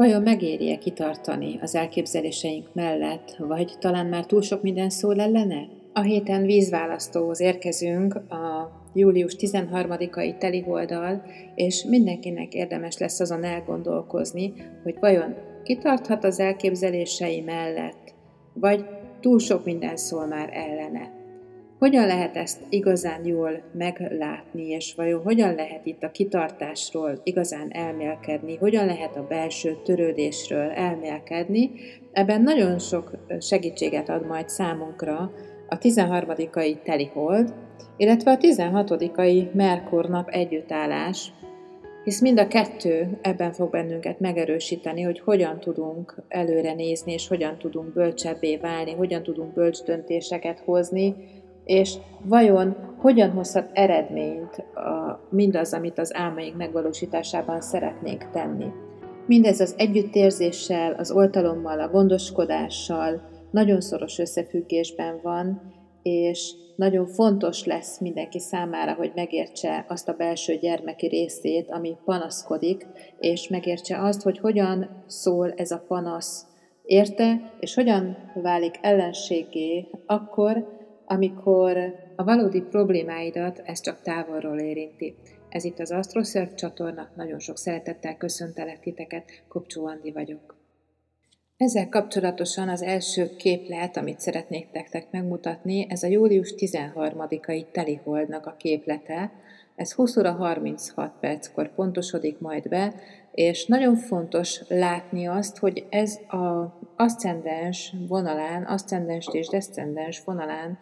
Vajon megéri-e kitartani az elképzeléseink mellett, vagy talán már túl sok minden szól ellene? A héten vízválasztóhoz érkezünk a július 13-ai teliholddal, és mindenkinek érdemes lesz azon elgondolkozni, hogy vajon kitarthat az elképzelései mellett, vagy túl sok minden szól már ellene. Hogyan lehet ezt igazán jól meglátni, és vajon hogyan lehet itt a kitartásról igazán elmélkedni, hogyan lehet a belső törődésről elmélkedni? Ebben nagyon sok segítséget ad majd számunkra a 13-ai telihold, illetve a 16-ai Merkur nap együttállás, hisz mind a kettő ebben fog bennünket megerősíteni, hogy hogyan tudunk előre nézni, és hogyan tudunk bölcsebbé válni, hogyan tudunk bölcs döntéseket hozni, és vajon hogyan hozhat eredményt mindaz, amit az álmaink megvalósításában szeretnénk tenni. Mindez az együttérzéssel, az oltalommal, a gondoskodással nagyon szoros összefüggésben van, és nagyon fontos lesz mindenki számára, hogy megértse azt a belső gyermeki részét, ami panaszkodik, és megértse azt, hogy hogyan szól ez a panasz érte, és hogyan válik ellenséggé akkor, amikor a valódi problémáidat ez csak távolról érinti. Ez itt az AstroSurf csatorna, nagyon sok szeretettel köszöntelek titeket, Kopcsó Andi vagyok. Ezzel kapcsolatosan az első képlet, amit szeretnék nektek megmutatni, ez a július 13-ai teliholdnak a képlete. Ez 20 óra 36 perckor pontosodik majd be, és nagyon fontos látni azt, hogy ez az aszcendens vonalán, aszcendens és deszcendens vonalán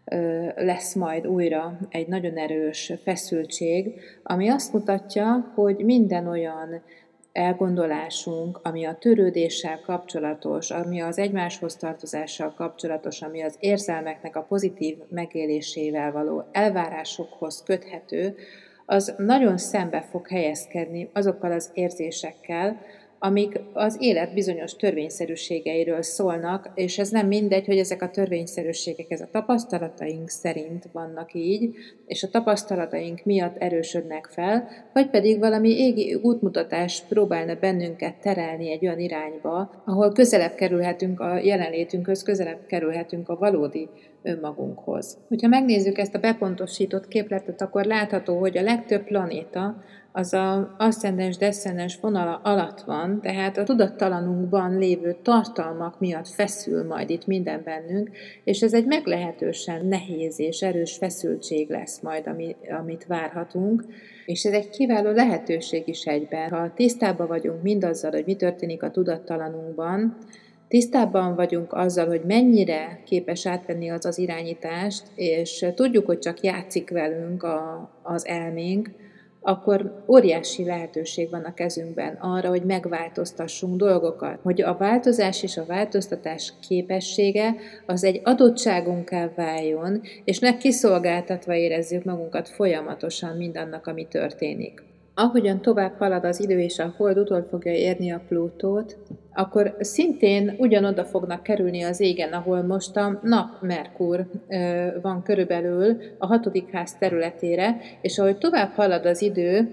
lesz majd újra egy nagyon erős feszültség, ami azt mutatja, hogy minden olyan elgondolásunk, ami a törődéssel kapcsolatos, ami az egymáshoz tartozással kapcsolatos, ami az érzelmeknek a pozitív megélésével való elvárásokhoz köthető, az nagyon szembe fog helyezkedni azokkal az érzésekkel, amik az élet bizonyos törvényszerűségeiről szólnak, és ez nem mindegy, hogy ezek a törvényszerűségek, ez a tapasztalataink szerint vannak így, és a tapasztalataink miatt erősödnek fel, vagy pedig valami égi útmutatás próbálna bennünket terelni egy olyan irányba, ahol közelebb kerülhetünk a jelenlétünkhöz, közelebb kerülhetünk a valódi önmagunkhoz. Hogyha megnézzük ezt a bepontosított képletet, akkor látható, hogy a legtöbb planéta az az aszcendens-deszcendens vonala alatt van, tehát a tudattalanunkban lévő tartalmak miatt feszül majd itt minden bennünk, és ez egy meglehetősen nehéz és erős feszültség lesz majd, amit várhatunk, és ez egy kiváló lehetőség is egyben. Ha tisztában vagyunk mindazzal, hogy mi történik a tudattalanunkban, tisztában vagyunk azzal, hogy mennyire képes átvenni az irányítást, és tudjuk, hogy csak játszik velünk az elménk, akkor óriási lehetőség van a kezünkben arra, hogy megváltoztassunk dolgokat. Hogy a változás és a változtatás képessége az egy adottságunká váljon, és ne kiszolgáltatva érezzük magunkat folyamatosan mindannak, ami történik. Ahogyan tovább halad az idő és a hold utol fogja érni a Plutót, akkor szintén ugyanoda fognak kerülni az égen, ahol most a nap Merkur van körülbelül a 6. ház területére, és ahogy tovább halad az idő,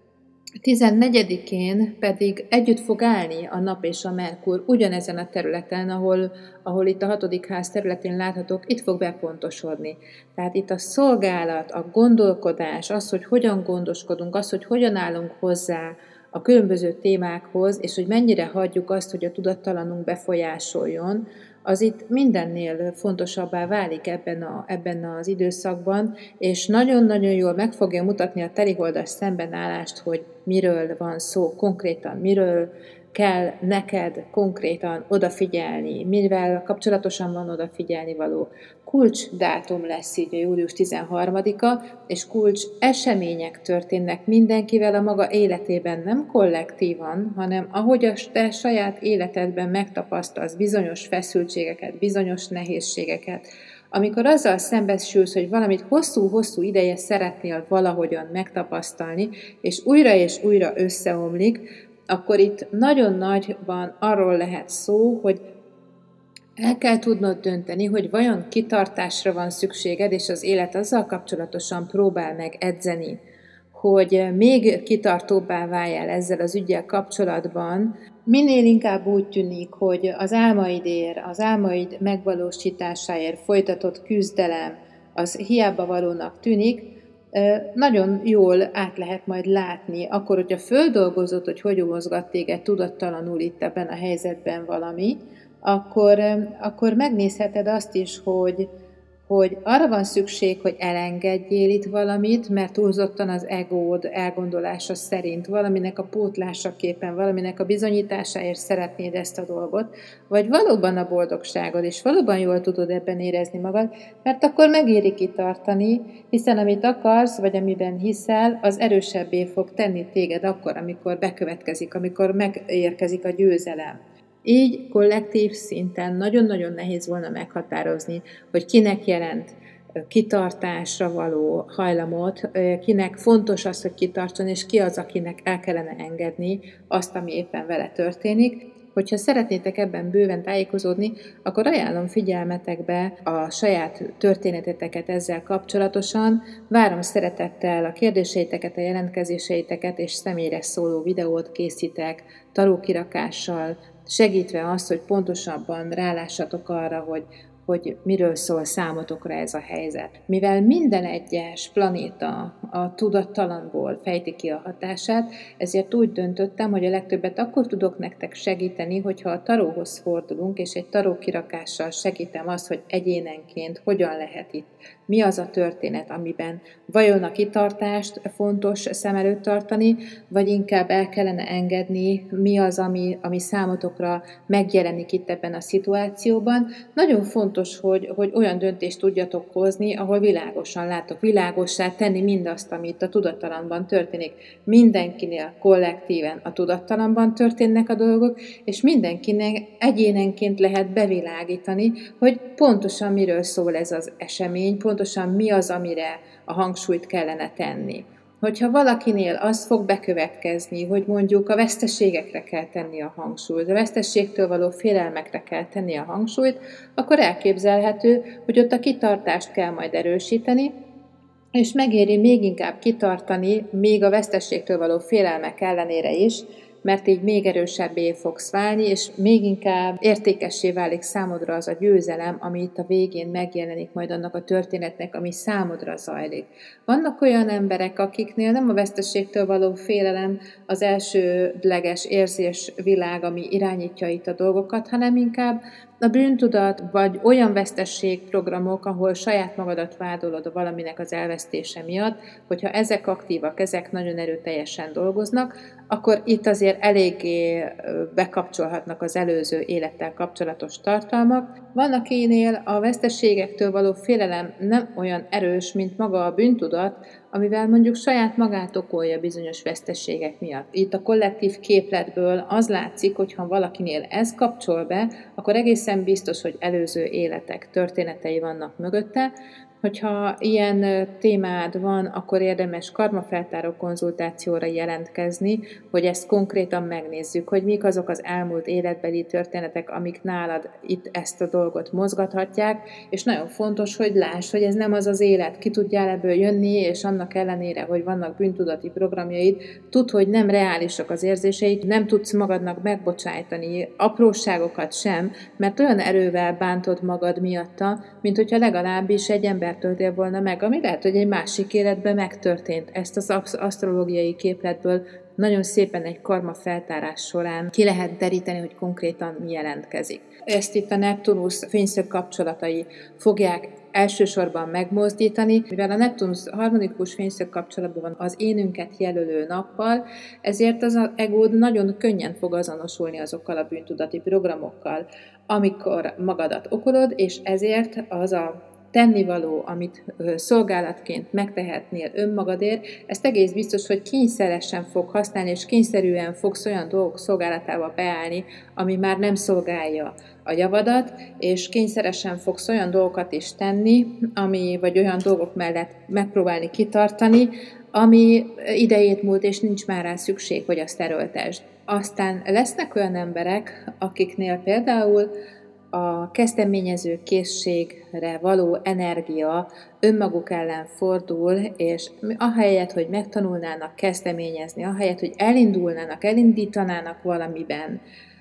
14-én pedig együtt fog állni a nap és a Merkur ugyanezen a területen, ahol itt a 6. ház területén láthatók, itt fog bepontosodni. Tehát itt a szolgálat, a gondolkodás, az, hogy hogyan gondoskodunk, az, hogy hogyan állunk hozzá a különböző témákhoz, és hogy mennyire hagyjuk azt, hogy a tudattalanunk befolyásoljon, az itt mindennél fontosabbá válik ebben az időszakban, és nagyon-nagyon jól meg fogja mutatni a teliholdas szembenállást, hogy miről van szó konkrétan, miről kell neked konkrétan odafigyelni, mivel kapcsolatosan van odafigyelni való. Kulcs dátum lesz így a július 13-a, és kulcs események történnek mindenkivel a maga életében, nem kollektívan, hanem ahogy a te saját életedben megtapasztalsz bizonyos feszültségeket, bizonyos nehézségeket, amikor azzal szembesülsz, hogy valamit hosszú-hosszú ideje szeretnél valahogyan megtapasztalni, és újra összeomlik, akkor itt nagyon nagyban arról lehet szó, hogy el kell tudnod dönteni, hogy vajon kitartásra van szükséged, és az élet azzal kapcsolatosan próbál meg edzeni, hogy még kitartóbbá váljál ezzel az üggyel kapcsolatban, Minél inkább úgy tűnik, hogy az álmaidért, az álmaid megvalósításáért folytatott küzdelem, az hiába valónak tűnik, nagyon jól át lehet majd látni, akkor, hogyha földolgozod, hogy mozgat téged tudattalanul itt ebben a helyzetben valami, akkor megnézheted azt is, hogy arra van szükség, hogy elengedjél itt valamit, mert túlzottan az egód elgondolása szerint valaminek a pótlásaképpen, valaminek a bizonyításáért szeretnéd ezt a dolgot, vagy valóban a boldogságod, és valóban jól tudod ebben érezni magad, mert akkor megéri kitartani, hiszen amit akarsz, vagy amiben hiszel, az erősebbé fog tenni téged akkor, amikor bekövetkezik, amikor megérkezik a győzelem. Így kollektív szinten nagyon-nagyon nehéz volna meghatározni, hogy kinek jelent kitartásra való hajlamot, kinek fontos az, hogy kitartson, és ki az, akinek el kellene engedni azt, ami éppen vele történik. Hogyha szeretnétek ebben bőven tájékozódni, akkor ajánlom figyelmetekbe a saját történeteteket ezzel kapcsolatosan. Várom szeretettel a kérdéseiteket, a jelentkezéseiteket, és személyre szóló videót készítek tarókirakással, segítve azt, hogy pontosabban rálássatok arra, hogy miről szól számotokra ez a helyzet. Mivel minden egyes planéta a tudattalanból fejti ki a hatását, ezért úgy döntöttem, hogy a legtöbbet akkor tudok nektek segíteni, hogyha a taróhoz fordulunk, és egy tarókirakással segítem azt, hogy egyénenként hogyan lehet itt, mi az a történet, amiben vajon a kitartást fontos szem előtt tartani, vagy inkább el kellene engedni, mi az, ami számotokra megjelenik itt ebben a szituációban. Nagyon fontos, hogy olyan döntést tudjatok hozni, ahol világosan látok, világossá tenni mindazt, ami itt a tudattalanban történik. Mindenkinél kollektíven a tudattalanban történnek a dolgok, és mindenkinek egyénenként lehet bevilágítani, hogy pontosan miről szól ez az esemény, pontosan mi az, amire a hangsúlyt kellene tenni. Hogyha valakinél az fog bekövetkezni, hogy mondjuk a veszteségekre kell tenni a hangsúlyt, a veszteségtől való félelmekre kell tenni a hangsúlyt, akkor elképzelhető, hogy ott a kitartást kell majd erősíteni, és megéri még inkább kitartani, még a veszteségtől való félelmek ellenére is, mert így még erősebbé fogsz válni, és még inkább értékessé válik számodra az a győzelem, ami itt a végén megjelenik majd annak a történetnek, ami számodra zajlik. Vannak olyan emberek, akiknél nem a veszteségtől való félelem az elsődleges érzésvilág, ami irányítja itt a dolgokat, hanem inkább a bűntudat, vagy olyan vesztességprogramok, ahol saját magadat vádolod valaminek az elvesztése miatt, hogyha ezek aktívak, ezek nagyon erőteljesen dolgoznak, akkor itt azért eléggé bekapcsolhatnak az előző élettel kapcsolatos tartalmak. Van, akinél a veszteségektől való félelem nem olyan erős, mint maga a bűntudat, amivel mondjuk saját magát okolja bizonyos veszteségek miatt. Itt a kollektív képletből az látszik, hogy ha valakinél ez kapcsol be, akkor egészen biztos, hogy előző életek történetei vannak mögötte. Hogyha ilyen témád van, akkor érdemes karmafeltáró konzultációra jelentkezni, hogy ezt konkrétan megnézzük, hogy mik azok az elmúlt életbeli történetek, amik nálad itt ezt a dolgot mozgathatják, és nagyon fontos, hogy láss, hogy ez nem az az élet, ki tudjál ebből jönni, és annak ellenére, hogy vannak bűntudati programjaid, tudd, hogy nem reálisak az érzéseid, nem tudsz magadnak megbocsájtani apróságokat sem, mert olyan erővel bántod magad miatta, mint hogyha legalábbis egy ember törtél volna meg, ami lehet, hogy egy másik életben megtörtént. Ezt az asztrológiai képletből nagyon szépen egy karma feltárás során ki lehet deríteni, hogy konkrétan mi jelentkezik. Ezt itt a Neptunusz fényszög kapcsolatai fogják elsősorban megmozdítani, mivel a Neptunusz harmonikus fényszög kapcsolatban van az énünket jelölő nappal, ezért az egód nagyon könnyen fog azonosulni azokkal a bűntudati programokkal, amikor magadat okolod, és ezért az a tennivaló, amit szolgálatként megtehetnél önmagadért, ezt egész biztos, hogy kényszeresen fog használni, és kényszerűen fogsz olyan dolgok szolgálatába beállni, ami már nem szolgálja a javadat, és kényszeresen fogsz olyan dolgokat is tenni, vagy olyan dolgok mellett megpróbálni kitartani, ami idejét múlt, és nincs már rá szükség, hogy azt erőltesd. Aztán lesznek olyan emberek, akiknél például a kezdeményező készségre való energia önmaguk ellen fordul, és ahelyett, hogy megtanulnának kezdeményezni, ahelyett, hogy elindítanának valamiben,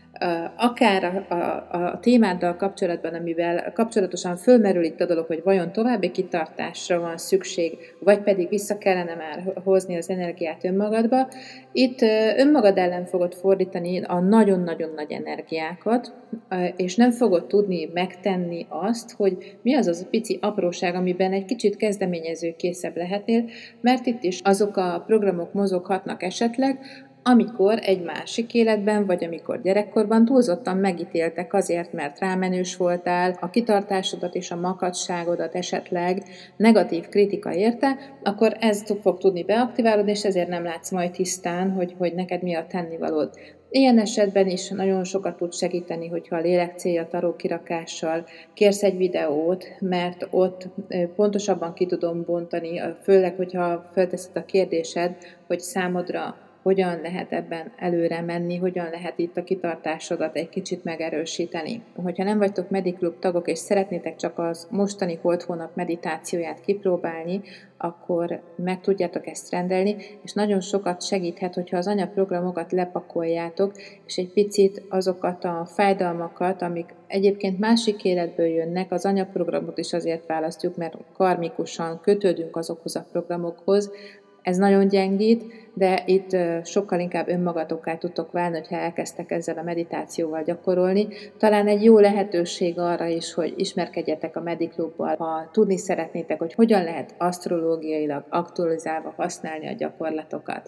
akár a témáddal kapcsolatban, amivel kapcsolatosan fölmerül itt a dolog, hogy vajon további kitartásra van szükség, vagy pedig vissza kellene már hozni az energiát önmagadba, itt önmagad ellen fogod fordítani a nagyon-nagyon nagy energiákat, és nem fogod tudni megtenni azt, hogy mi az a pici apróság, amiben egy kicsit kezdeményezőkészebb lehetnél, mert itt is azok a programok mozoghatnak esetleg, amikor egy másik életben, vagy amikor gyerekkorban túlzottan megítéltek azért, mert rámenős voltál, a kitartásodat és a makacságodat esetleg negatív kritika érte, akkor ez fog tudni beaktiválódni, és ezért nem látsz majd tisztán, hogy neked mi a tennivalód. Ilyen esetben is nagyon sokat tud segíteni, hogyha a lélekcélja taró kirakással kérsz egy videót, mert ott pontosabban ki tudom bontani, főleg, hogyha felteszed a kérdésed, hogy számodra hogyan lehet ebben előre menni, hogyan lehet itt a kitartásodat egy kicsit megerősíteni. Hogyha nem vagytok Mediklub tagok, és szeretnétek csak az mostani holt hónap meditációját kipróbálni, akkor meg tudjátok ezt rendelni, és nagyon sokat segíthet, hogyha az anyaprogramokat lepakoljátok, és egy picit azokat a fájdalmakat, amik egyébként másik életből jönnek, az anyaprogramot is azért választjuk, mert karmikusan kötődünk azokhoz a programokhoz. Ez nagyon gyengít, de itt sokkal inkább önmagatokká tudtok válni, hogyha elkezdtek ezzel a meditációval gyakorolni. Talán egy jó lehetőség arra is, hogy ismerkedjetek a Mediklubbal, ha tudni szeretnétek, hogy hogyan lehet asztrológiailag aktualizálva használni a gyakorlatokat.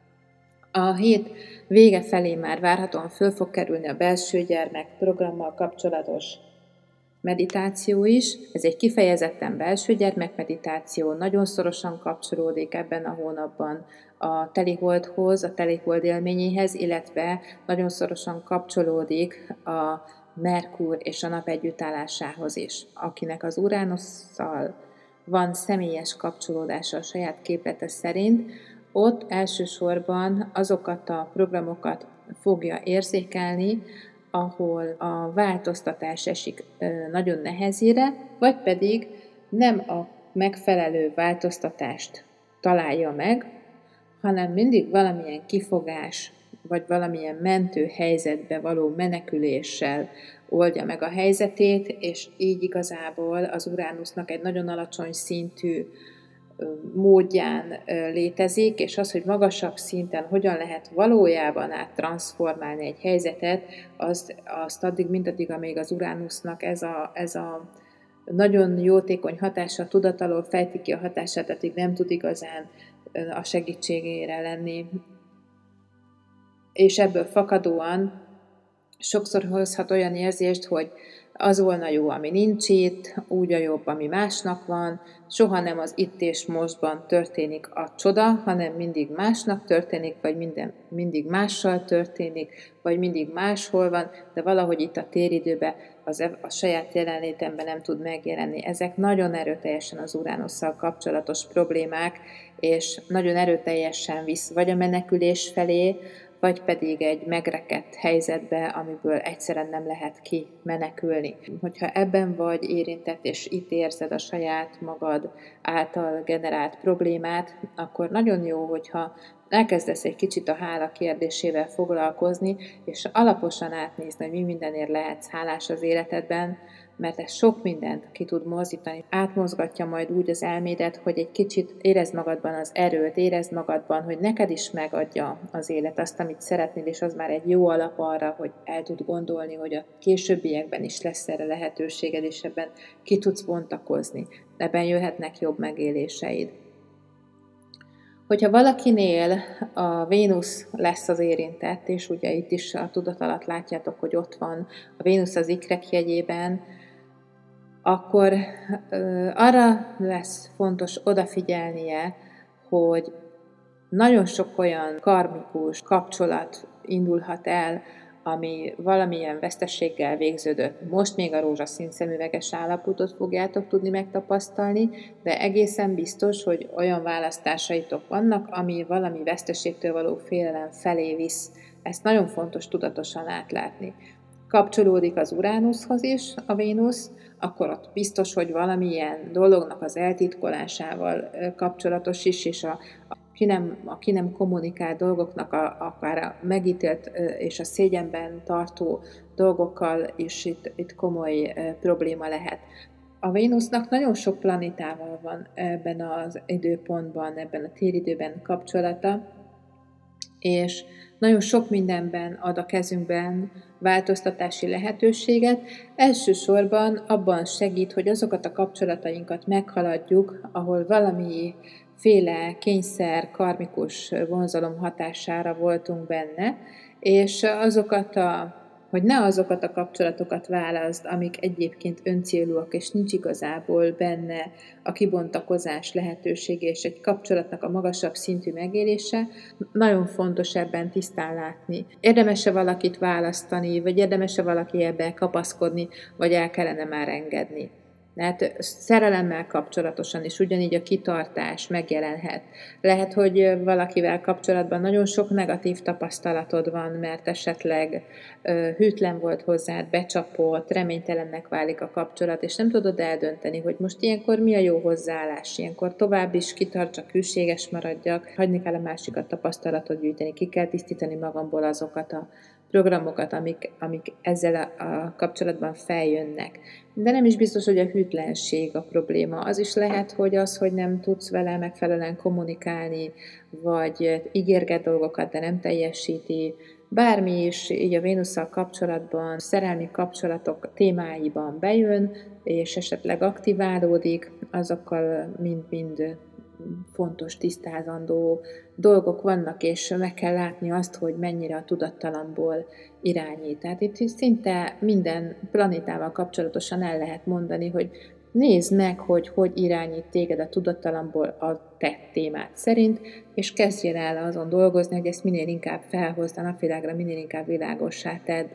A hét vége felé már várhatóan föl fog kerülni a belső gyermek programmal kapcsolatos meditáció is. Ez egy kifejezetten belső gyermekmeditáció, nagyon szorosan kapcsolódik ebben a hónapban a teliholdhoz, a telihold élményéhez, illetve nagyon szorosan kapcsolódik a Merkur és a nap együttállásához is. Akinek az Uránusszal van személyes kapcsolódása a saját képlete szerint, ott elsősorban azokat a programokat fogja érzékelni, ahol a változtatás esik nagyon nehezére, vagy pedig nem a megfelelő változtatást találja meg, hanem mindig valamilyen kifogás, vagy valamilyen mentő helyzetbe való meneküléssel oldja meg a helyzetét, és így igazából az Uránusznak egy nagyon alacsony szintű módján létezik, és az, hogy magasabb szinten hogyan lehet valójában áttranszformálni egy helyzetet, azt addig, mindaddig, amíg az Uránusznak ez a nagyon jótékony hatása, a tudat alól fejti ki a hatását, addig nem tud igazán a segítségére lenni. És ebből fakadóan sokszor hozhat olyan érzést, hogy az volna jó, ami nincs itt, úgy a jobb, ami másnak van, soha nem az itt és mostban történik a csoda, hanem mindig másnak történik, vagy mindig mással történik, vagy mindig máshol van, de valahogy itt a téridőben a saját jelenlétemben nem tud megjelenni. Ezek nagyon erőteljesen az Uránusszal kapcsolatos problémák, és nagyon erőteljesen visz vagy a menekülés felé, vagy pedig egy megrekedt helyzetbe, amiből egyszerűen nem lehet kimenekülni. Hogyha ebben vagy érintett, és itt érzed a saját magad által generált problémát, akkor nagyon jó, hogyha elkezdesz egy kicsit a hála kérdésével foglalkozni, és alaposan átnézni, hogy mi mindenért lehetsz hálás az életedben, mert ez sok mindent ki tud mozdítani. Átmozgatja majd úgy az elmédet, hogy egy kicsit érezd magadban az erőt, érezd magadban, hogy neked is megadja az élet azt, amit szeretnél, és az már egy jó alap arra, hogy el tud gondolni, hogy a későbbiekben is lesz erre lehetőséged, és ebben ki tudsz bontakozni. Ebben jöhetnek jobb megéléseid. Hogyha valakinél a Vénusz lesz az érintett, és ugye itt is a tudat alatt látjátok, hogy ott van a Vénusz az ikrek jegyében, akkor arra lesz fontos odafigyelnie, hogy nagyon sok olyan karmikus kapcsolat indulhat el, ami valamilyen veszteséggel végződött. Most még a rózsaszín szemüveges állapotot fogjátok tudni megtapasztalni, de egészen biztos, hogy olyan választásaitok vannak, ami valami veszteségtől való félelem felé visz. Ezt nagyon fontos tudatosan átlátni. kapcsolódik az Uránuszhoz is a Vénusz, akkor ott biztos, hogy valamilyen dolognak az eltitkolásával kapcsolatos is, és a ki nem kommunikált dolgoknak, akár a megítélt és a szégyenben tartó dolgokkal is itt komoly probléma lehet. A Vénusznak nagyon sok planetával van ebben az időpontban, ebben a téridőben kapcsolata, és nagyon sok mindenben ad a kezünkben változtatási lehetőséget. Elsősorban abban segít, hogy azokat a kapcsolatainkat meghaladjuk, ahol valamiféle kényszer, karmikus vonzalom hatására voltunk benne, és hogy ne azokat a kapcsolatokat válaszd, amik egyébként öncélúak, és nincs igazából benne a kibontakozás lehetősége, és egy kapcsolatnak a magasabb szintű megélése, nagyon fontos ebben tisztán látni. Érdemes-e valakit választani, vagy érdemes-e valaki ebben kapaszkodni, vagy el kellene már engedni. Tehát szerelemmel kapcsolatosan is ugyanígy a kitartás megjelenhet. Lehet, hogy valakivel kapcsolatban nagyon sok negatív tapasztalatod van, mert esetleg hűtlen volt hozzád, becsapott, reménytelennek válik a kapcsolat, és nem tudod eldönteni, hogy most ilyenkor mi a jó hozzáállás, ilyenkor tovább is kitartsak, hűséges maradjak, hagyni kell a másikat tapasztalatot gyűjteni, ki kell tisztítani magamból azokat a programokat, amik ezzel a kapcsolatban feljönnek. De nem is biztos, hogy a hűtlenség a probléma. Az is lehet, hogy nem tudsz vele megfelelően kommunikálni, vagy ígérget dolgokat, de nem teljesíti. Bármi is így a Vénusszal kapcsolatban, szerelmi kapcsolatok témáiban bejön, és esetleg aktiválódik, azokkal mind-mind fontos, tisztázandó dolgok vannak, és meg kell látni azt, hogy mennyire a tudattalamból irányít. Tehát itt szinte minden planétával kapcsolatosan el lehet mondani, hogy nézd meg, hogy irányít téged a tudattalamból a te témád szerint, és kezdjél el azon dolgozni, hogy ezt minél inkább felhozd a napvilágra, minél inkább világossá tedd.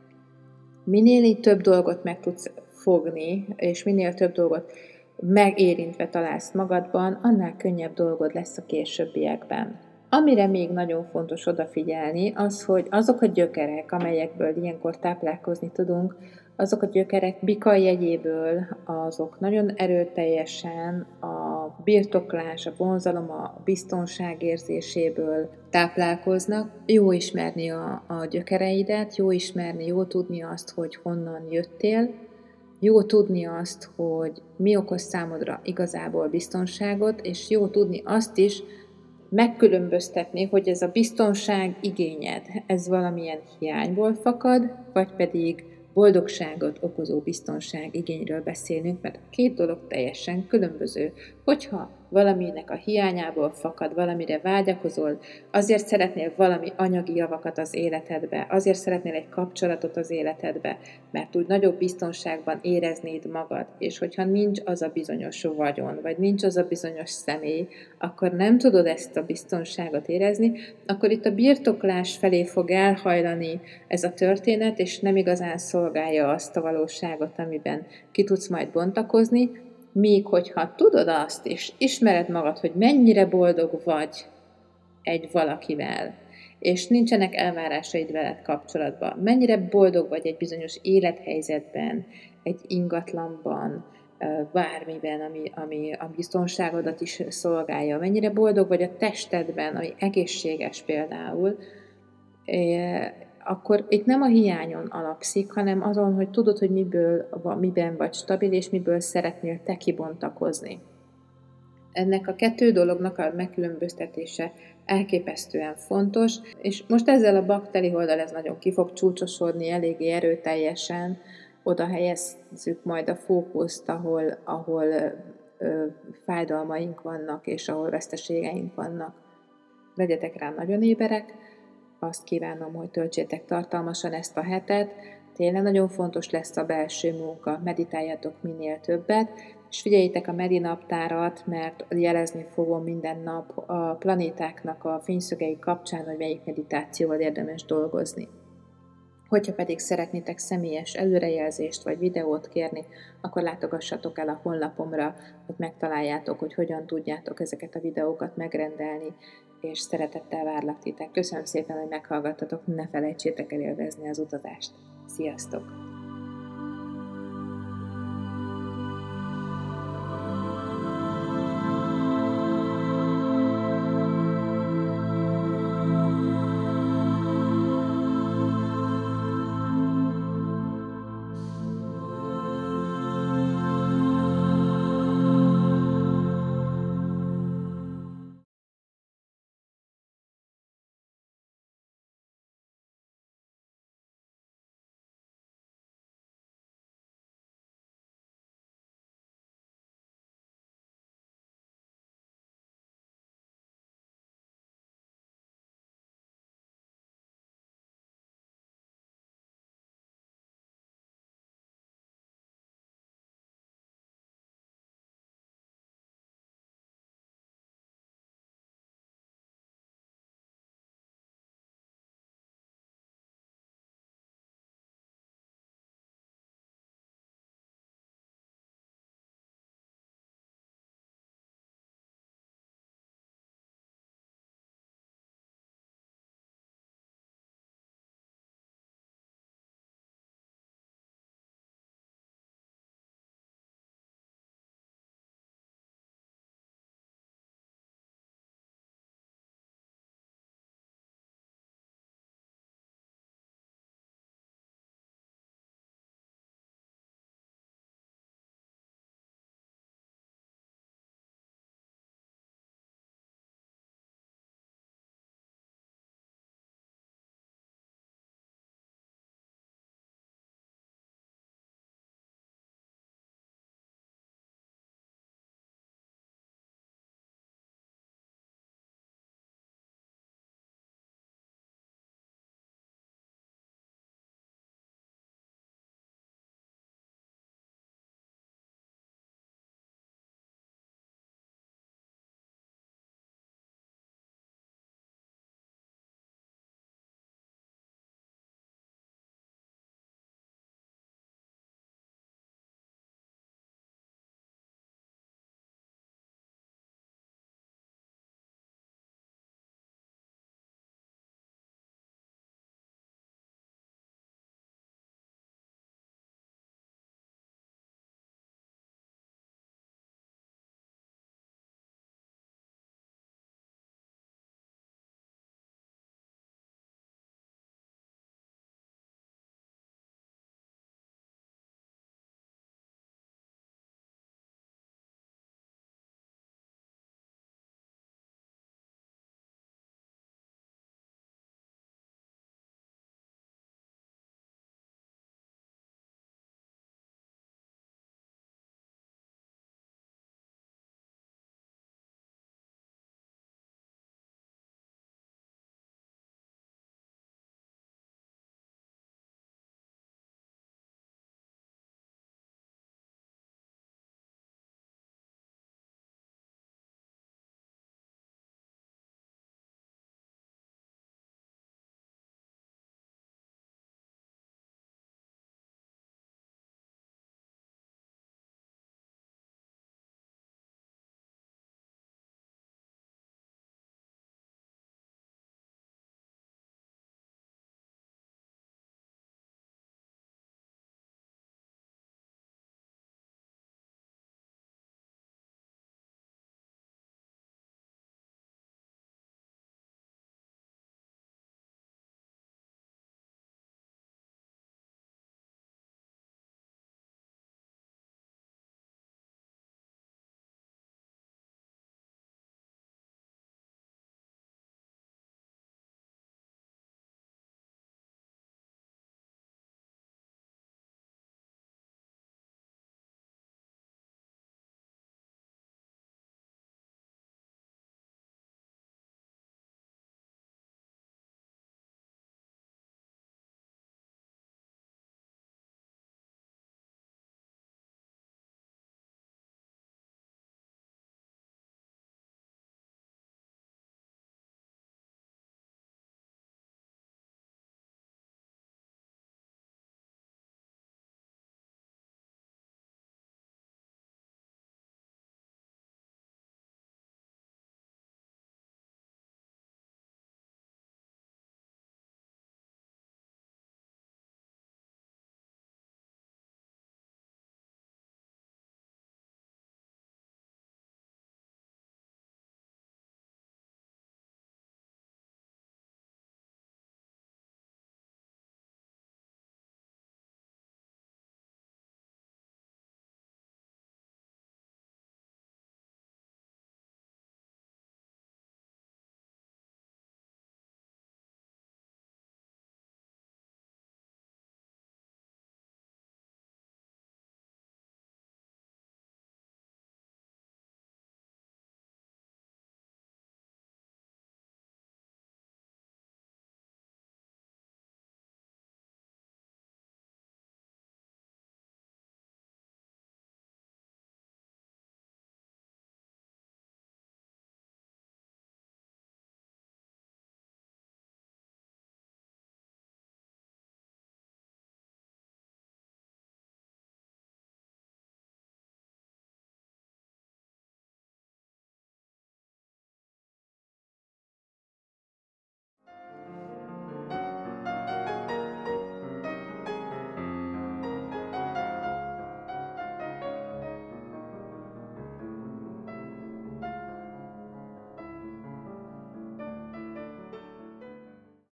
Minél több dolgot meg tudsz fogni, és minél több dolgot megérintve találsz magadban, annál könnyebb dolgod lesz a későbbiekben. Amire még nagyon fontos odafigyelni, az, hogy azok a gyökerek, amelyekből ilyenkor táplálkozni tudunk, azok a gyökerek bika jegyéből, azok nagyon erőteljesen a birtoklás, a vonzalom, a biztonság érzéséből táplálkoznak. Jó ismerni a gyökereidet, jó ismerni, jó tudni azt, hogy honnan jöttél, jó tudni azt, hogy mi okoz számodra igazából biztonságot, és jó tudni azt is megkülönböztetni, hogy ez a biztonság igényed, ez valamilyen hiányból fakad, vagy pedig boldogságot okozó biztonság igényről beszélünk, mert a két dolog teljesen különböző. Hogyha valaminek a hiányából fakad, valamire vágyakozol, azért szeretnél valami anyagi javakat az életedbe, azért szeretnél egy kapcsolatot az életedbe, mert úgy nagyobb biztonságban éreznéd magad, és hogyha nincs az a bizonyos vagyon, vagy nincs az a bizonyos személy, akkor nem tudod ezt a biztonságot érezni, akkor itt a birtoklás felé fog elhajlani ez a történet, és nem igazán szolgálja azt a valóságot, amiben ki tudsz majd bontakozni, míg hogyha tudod azt, és ismered magad, hogy mennyire boldog vagy egy valakivel, és nincsenek elvárásaid veled kapcsolatban, mennyire boldog vagy egy bizonyos élethelyzetben, egy ingatlanban, bármiben, ami a biztonságodat is szolgálja, mennyire boldog vagy a testedben, ami egészséges például, akkor itt nem a hiányon alapszik, hanem azon, hogy tudod, hogy miben vagy stabil, és miből szeretnél te kibontakozni. Ennek a kettő dolognak a megkülönböztetése elképesztően fontos, és most ezzel a bakteri oldal ez nagyon ki fog csúcsosodni eléggé erőteljesen, oda helyezzük majd a fókuszt, ahol fájdalmaink vannak, és ahol veszteségeink vannak. Legyetek rá nagyon éberek, azt kívánom, hogy töltsétek tartalmasan ezt a hetet, tényleg nagyon fontos lesz a belső munka, meditáljatok minél többet, és figyeljétek a medinaptárat, mert jelezni fogom minden nap a planétáknak a fényszögei kapcsán, hogy melyik meditációval érdemes dolgozni. Hogyha pedig szeretnétek személyes előrejelzést vagy videót kérni, akkor látogassatok el a honlapomra, ott megtaláljátok, hogy hogyan tudjátok ezeket a videókat megrendelni, és szeretettel várlak titeket. Köszönöm szépen, hogy meghallgattatok, ne felejtsétek el élvezni az utazást. Sziasztok!